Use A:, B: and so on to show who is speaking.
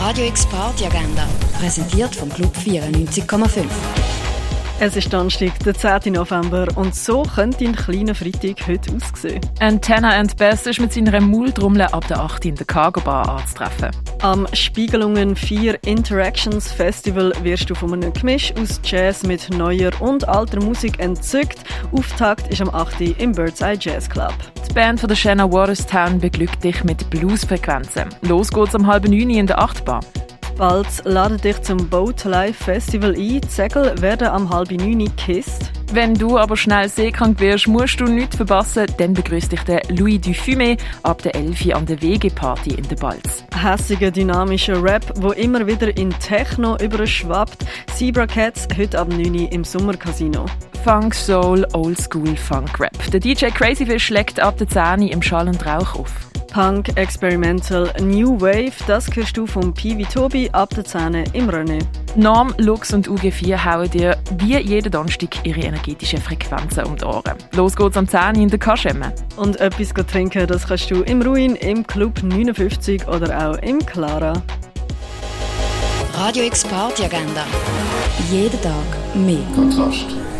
A: Radio X Party Agenda, präsentiert vom Club 94,5.
B: Es ist Donnerstag, der 10. November und so könnte ein kleiner Freitag heute aussehen.
C: Antenna and Best ist mit seiner Maultrommel ab der 8. in der Cargo Bar anzutreffen.
B: Am Spiegelungen 4 Interactions Festival wirst du von einem Gemisch aus Jazz mit neuer und alter Musik entzückt. Auftakt ist am 8. im Bird's Eye Jazz Club.
C: Die Band von der Shanna Waterstown beglückt dich mit Bluesfrequenzen. Los geht's um 8:30 in der 8 Bar.
B: Bald ladet dich zum Boat Life Festival ein. Die Segel werden am 8:30 gekisst.
C: Wenn du aber schnell seekrank wirst, musst du nichts verpassen. Dann begrüßt dich der Louis Dufumet ab der 11 an der WG-Party in der Balz.
B: Hässiger, dynamischer Rap, wo immer wieder in Techno überschwappt. Zebra Cats heute ab 9 im Sommercasino.
C: Funk, Soul, Oldschool, Funk, Rap. Der DJ Crazyfish schlägt ab der 10 im Schall und Rauch auf.
B: Punk, Experimental, New Wave, das hörst du vom Piwi Tobi ab der 10 im René.
C: Norm, Lux und UG4 hauen dir wie jeden Donnerstag ihre energetischen Frequenzen um die Ohren. Los geht's am 10 in der Kaschemme.
B: Und etwas trinken, das kannst du im Ruin, im Club 59 oder auch im Clara.
A: Radio X Party Agenda. Jeden Tag mehr.
D: Kontrast.